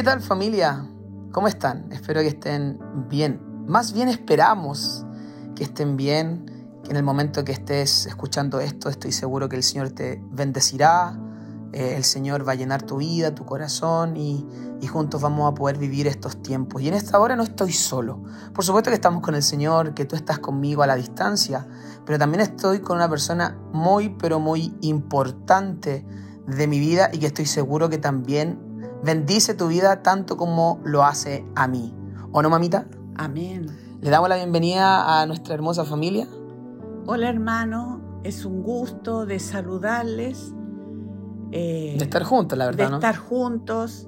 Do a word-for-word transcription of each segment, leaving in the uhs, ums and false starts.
¿Qué tal, familia? ¿Cómo están? Espero que estén bien. Más bien esperamos que estén bien, que en el momento que estés escuchando esto, estoy seguro que el Señor te bendecirá, eh, el Señor va a llenar tu vida, tu corazón y, y juntos vamos a poder vivir estos tiempos. Y en esta hora no estoy solo. Por supuesto que estamos con el Señor, que tú estás conmigo a la distancia, pero también estoy con una persona muy, pero muy importante de mi vida y que estoy seguro que también bendice tu vida tanto como lo hace a mí. ¿O no, mamita? Amén. Le damos la bienvenida a nuestra hermosa familia. Hola, hermano. Es un gusto de saludarles. Eh, de estar juntos, la verdad, de ¿no? De estar juntos.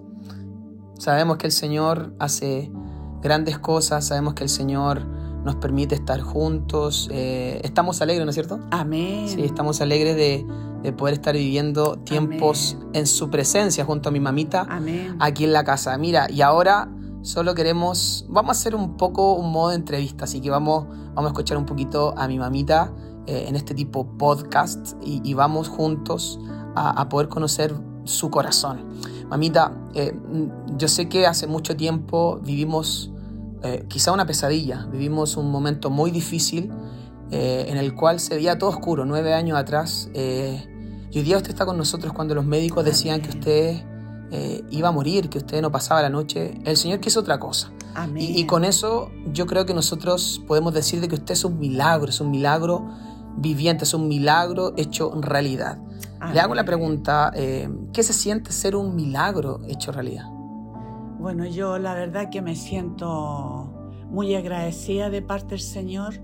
Sabemos que el Señor hace grandes cosas. Sabemos que el Señor nos permite estar juntos. Eh, estamos alegres, ¿no es cierto? Amén. Sí, estamos alegres de... de poder estar viviendo tiempos Amén. En su presencia junto a mi mamita Amén. Aquí en la casa. Mira, y ahora solo queremos, vamos a hacer un poco un modo de entrevista, así que vamos, vamos a escuchar un poquito a mi mamita eh, en este tipo podcast y, y vamos juntos a, a poder conocer su corazón. Mamita, eh, yo sé que hace mucho tiempo vivimos eh, quizá una pesadilla, vivimos un momento muy difícil eh, en el cual se veía todo oscuro, nueve años atrás. Eh, Y hoy día usted está con nosotros cuando los médicos decían que usted eh, iba a morir, que usted no pasaba la noche. El Señor quiso otra cosa. Y, y con eso yo creo que nosotros podemos decir de que usted es un milagro, es un milagro viviente, es un milagro hecho realidad. Amén. Le hago la pregunta, eh, ¿qué se siente ser un milagro hecho realidad? Bueno, yo la verdad que me siento muy agradecida de parte del Señor,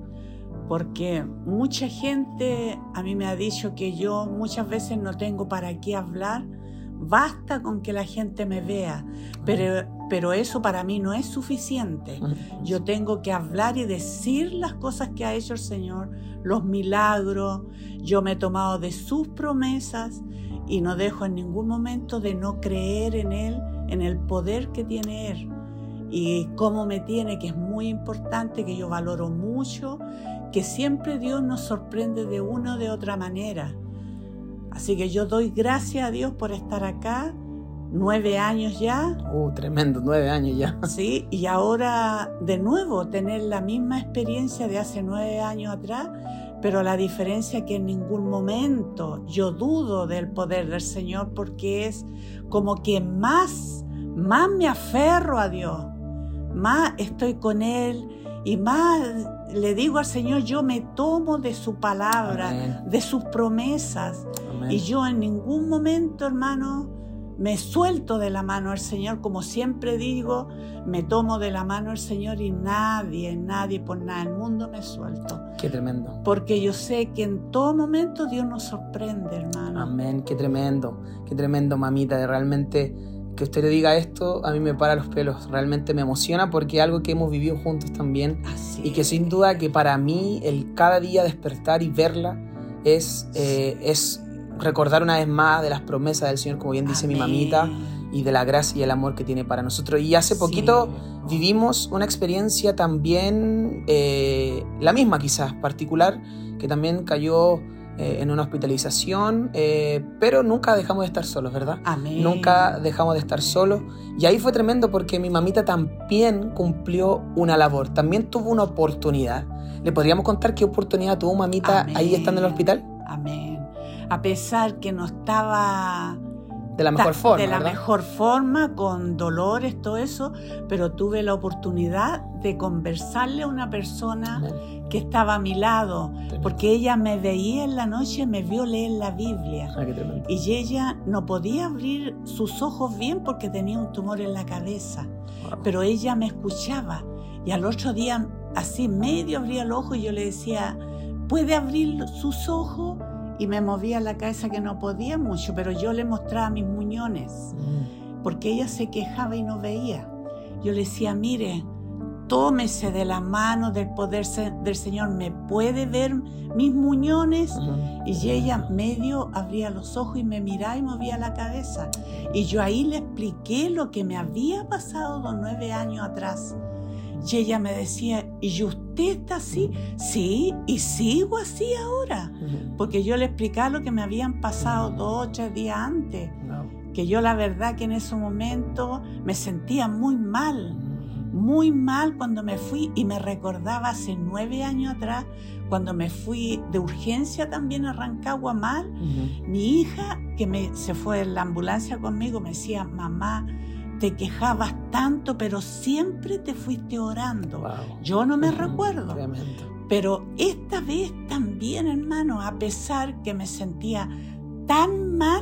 porque mucha gente a mí me ha dicho que yo muchas veces no tengo para qué hablar, basta con que la gente me vea, pero, pero eso para mí no es suficiente. Yo tengo que hablar y decir las cosas que ha hecho el Señor, los milagros. Yo me he tomado de sus promesas y no dejo en ningún momento de no creer en Él, en el poder que tiene Él y cómo me tiene, que es muy importante, que yo valoro mucho, que siempre Dios nos sorprende de una o de otra manera. Así que yo doy gracias a Dios por estar acá, nueve años ya. Uh, tremendo, nueve años ya. Sí, y ahora de nuevo tener la misma experiencia de hace nueve años atrás, pero la diferencia es que en ningún momento yo dudo del poder del Señor, porque es como que más, más me aferro a Dios, más estoy con Él y más le digo al Señor, yo me tomo de su palabra, Amén. De sus promesas. Amén. Y yo en ningún momento, hermano, me suelto de la mano del Señor. Como siempre digo, me tomo de la mano del Señor y nadie, nadie por nada del mundo me suelto. Qué tremendo. Porque yo sé que en todo momento Dios nos sorprende, hermano. Amén, qué tremendo, qué tremendo, mamita, de realmente... Que usted le diga esto, a mí me para los pelos, realmente me emociona porque es algo que hemos vivido juntos también. Así y que sin duda que para mí el cada día despertar y verla es, eh, es recordar una vez más de las promesas del Señor, como bien dice Amén. Mi mamita, y de la gracia y el amor que tiene para nosotros. Y hace poquito sí. vivimos una experiencia también, eh, la misma quizás, particular, que también cayó... Eh, en una hospitalización, eh, pero nunca dejamos de estar solos, ¿verdad? Amén. Nunca dejamos de estar solos. Y ahí fue tremendo porque mi mamita también cumplió una labor, también tuvo una oportunidad. ¿Le podríamos contar qué oportunidad tuvo mamita Amén. Ahí estando en el hospital? Amén. A pesar que no estaba... De la mejor forma, De la ¿verdad? mejor forma, con dolores, todo eso, pero tuve la oportunidad de conversarle a una persona Amén. Que estaba a mi lado, tremendo. Porque ella me veía en la noche, me vio leer la Biblia. Ay, qué tremendo. Y ella no podía abrir sus ojos bien porque tenía un tumor en la cabeza, wow. Pero ella me escuchaba y al otro día así medio abría el ojo y yo le decía, ¿puede abrir sus ojos? Y me movía la cabeza que no podía mucho, pero yo le mostraba mis muñones, mm. porque ella se quejaba y no veía. Yo le decía, mire, tómese de la mano del poder del Señor, ¿me puede ver mis muñones? Uh-huh. Y ella medio abría los ojos y me miraba y movía la cabeza. Y yo ahí le expliqué lo que me había pasado los nueve años atrás. Y ella me decía, ¿y usted está así? Sí, y sigo así ahora. Uh-huh. Porque yo le explicaba lo que me habían pasado dos o tres días antes. No. que yo la verdad que en ese momento me sentía muy mal, muy mal cuando me fui, y me recordaba hace nueve años atrás, cuando me fui de urgencia también a Rancagua mal, uh-huh. mi hija que me, se fue en la ambulancia conmigo me decía, mamá, te quejabas tanto, pero siempre te fuiste orando. Wow. Yo no me uh-huh. recuerdo. Tremendo. Pero esta vez también, hermano, a pesar que me sentía tan mal,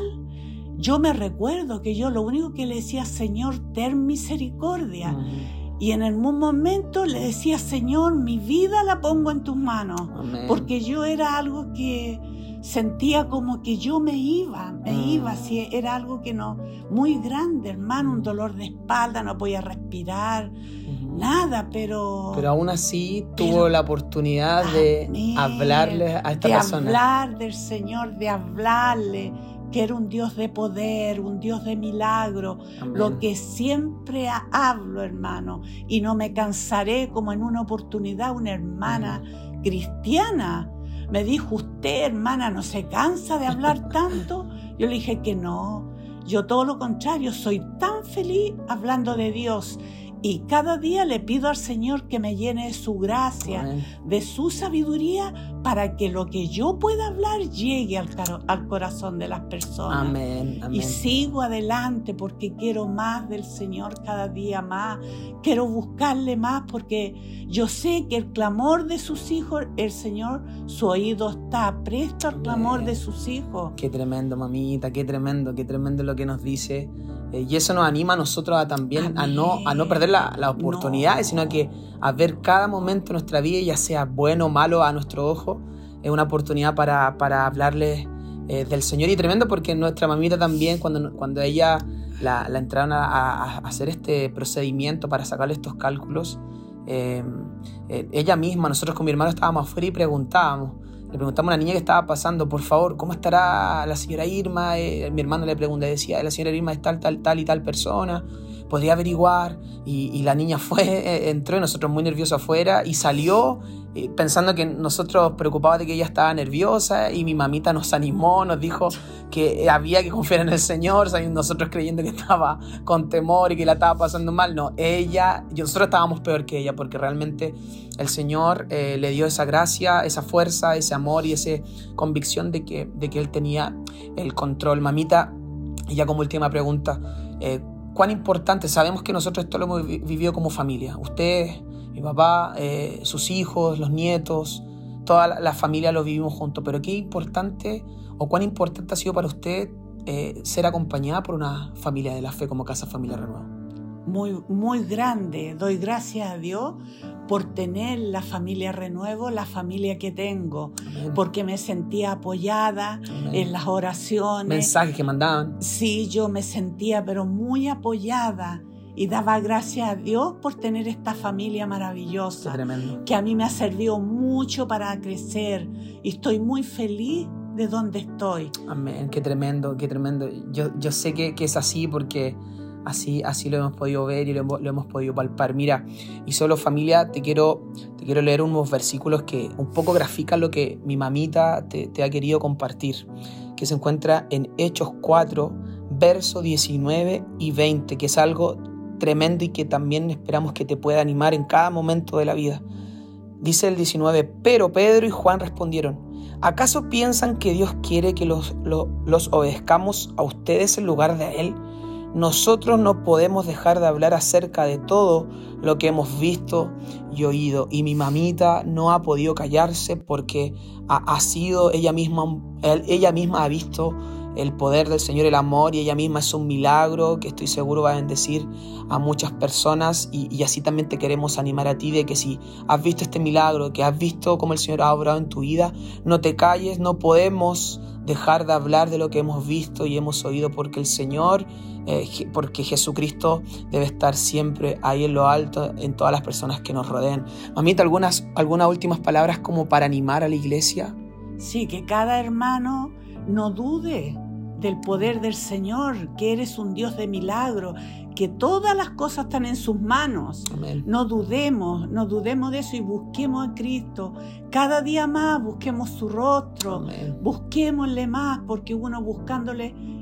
yo me recuerdo que yo lo único que le decía, Señor, ten misericordia. Uh-huh. Y en algún momento le decía, Señor, mi vida la pongo en tus manos. Amén. Porque yo era algo que sentía como que yo me iba, me mm. iba, si era algo que no, muy grande, hermano, un dolor de espalda, no podía respirar, uh-huh. nada, pero... Pero aún así pero, tuvo la oportunidad de amén, hablarle a esta de persona. De hablar del Señor, de hablarle, que era un Dios de poder, un Dios de milagro, amén. Lo que siempre hablo, hermano, y no me cansaré, como en una oportunidad una hermana uh-huh. cristiana me dijo, usted, hermana, ¿no se cansa de hablar tanto? Yo le dije que no, yo todo lo contrario, soy tan feliz hablando de Dios. Y cada día le pido al Señor que me llene de su gracia, amén. De su sabiduría, para que lo que yo pueda hablar llegue al, caro, al corazón de las personas. Amén, amén. Y sigo adelante porque quiero más del Señor cada día más. Quiero buscarle más porque yo sé que el clamor de sus hijos, el Señor, su oído está presto al amén. Clamor de sus hijos. Qué tremendo, mamita, qué tremendo, qué tremendo lo que nos dice. Eh, y eso nos anima a nosotros a también a no, a no perder la, la oportunidad, no. sino que a ver cada momento de nuestra vida, ya sea bueno o malo a nuestro ojo, es una oportunidad para, para hablarles eh, del Señor. Y tremendo porque nuestra mamita también, cuando, cuando ella la, la entraron a, a, a hacer este procedimiento para sacarle estos cálculos, eh, eh, ella misma, nosotros con mi hermano estábamos afuera y preguntábamos, le preguntamos a una niña que estaba pasando, por favor, ¿cómo estará la señora Irma? Eh, mi hermano le pregunta, decía, la señora Irma es tal, tal, tal y tal persona, podría averiguar. Y, y la niña fue, eh, entró y nosotros muy nerviosos afuera y salió eh, pensando que nosotros preocupados de que ella estaba nerviosa, y mi mamita nos animó, nos dijo que había que confiar en el Señor, nosotros creyendo que estaba con temor y que la estaba pasando mal. No, ella, nosotros estábamos peor que ella, porque realmente el Señor eh, le dio esa gracia, esa fuerza, ese amor y esa convicción de que, de que Él tenía el control. Mamita, y ya como última pregunta, eh, ¿cuán importante? Sabemos que nosotros esto lo hemos vivido como familia. Usted, mi papá, eh, sus hijos, los nietos, toda la, la familia lo vivimos juntos. Pero qué importante o cuán importante ha sido para usted eh, ser acompañada por una familia de la fe como Casa Familia Renuevo. Muy, muy grande. Doy gracias a Dios por tener la familia Renuevo, la familia que tengo. Amén. Porque me sentía apoyada. Amén. En las oraciones. Mensajes que mandaban. Sí, yo me sentía pero muy apoyada y daba gracias a Dios por tener esta familia maravillosa. Qué tremendo. Que a mí me ha servido mucho para crecer y estoy muy feliz de donde estoy. Amén, qué tremendo, qué tremendo. Yo, yo sé que, que es así porque Así, así lo hemos podido ver y lo hemos, lo hemos podido palpar. Mira, y solo familia, te quiero, te quiero leer unos versículos que un poco grafican lo que mi mamita te, te ha querido compartir, que se encuentra en Hechos cuatro, versos diecinueve y veinte, que es algo tremendo y que también esperamos que te pueda animar en cada momento de la vida. Dice el diecinueve, pero Pedro y Juan respondieron, ¿acaso piensan que Dios quiere que los, los, los obedezcamos a ustedes en lugar de Él? Nosotros no podemos dejar de hablar acerca de todo lo que hemos visto y oído. Y mi mamita no ha podido callarse porque ha, ha sido ella misma, ella misma ha visto el poder del Señor, el amor, y ella misma es un milagro que estoy seguro va a bendecir a muchas personas. Y, y así también te queremos animar a ti de que si has visto este milagro, que has visto cómo el Señor ha obrado en tu vida, no te calles, no podemos dejar de hablar de lo que hemos visto y hemos oído, porque el Señor, eh, porque Jesucristo debe estar siempre ahí en lo alto, en todas las personas que nos rodeen. Mamita, ¿algunas, algunas últimas palabras como para animar a la iglesia? Sí, que cada hermano no dude del poder del Señor, que eres un Dios de milagro, que todas las cosas están en sus manos. Amén. No dudemos, no dudemos de eso y busquemos a Cristo. Cada día más busquemos su rostro, Amén. Busquémosle más, porque uno buscándole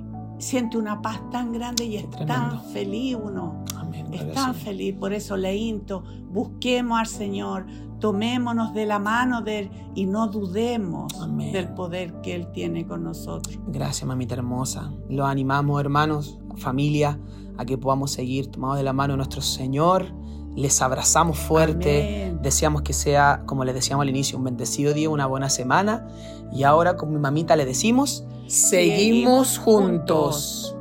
siente una paz tan grande y es tan feliz uno. Amén, es tan feliz. Por eso le insto, busquemos al Señor, tomémonos de la mano de Él y no dudemos Amén. Del poder que Él tiene con nosotros. Gracias, mamita hermosa. Los animamos, hermanos, familia, a que podamos seguir tomados de la mano de nuestro Señor. Les abrazamos fuerte. Amén. Deseamos que sea, como les decíamos al inicio, un bendecido día, una buena semana. Y ahora con mi mamita le decimos, seguimos, seguimos juntos. juntos.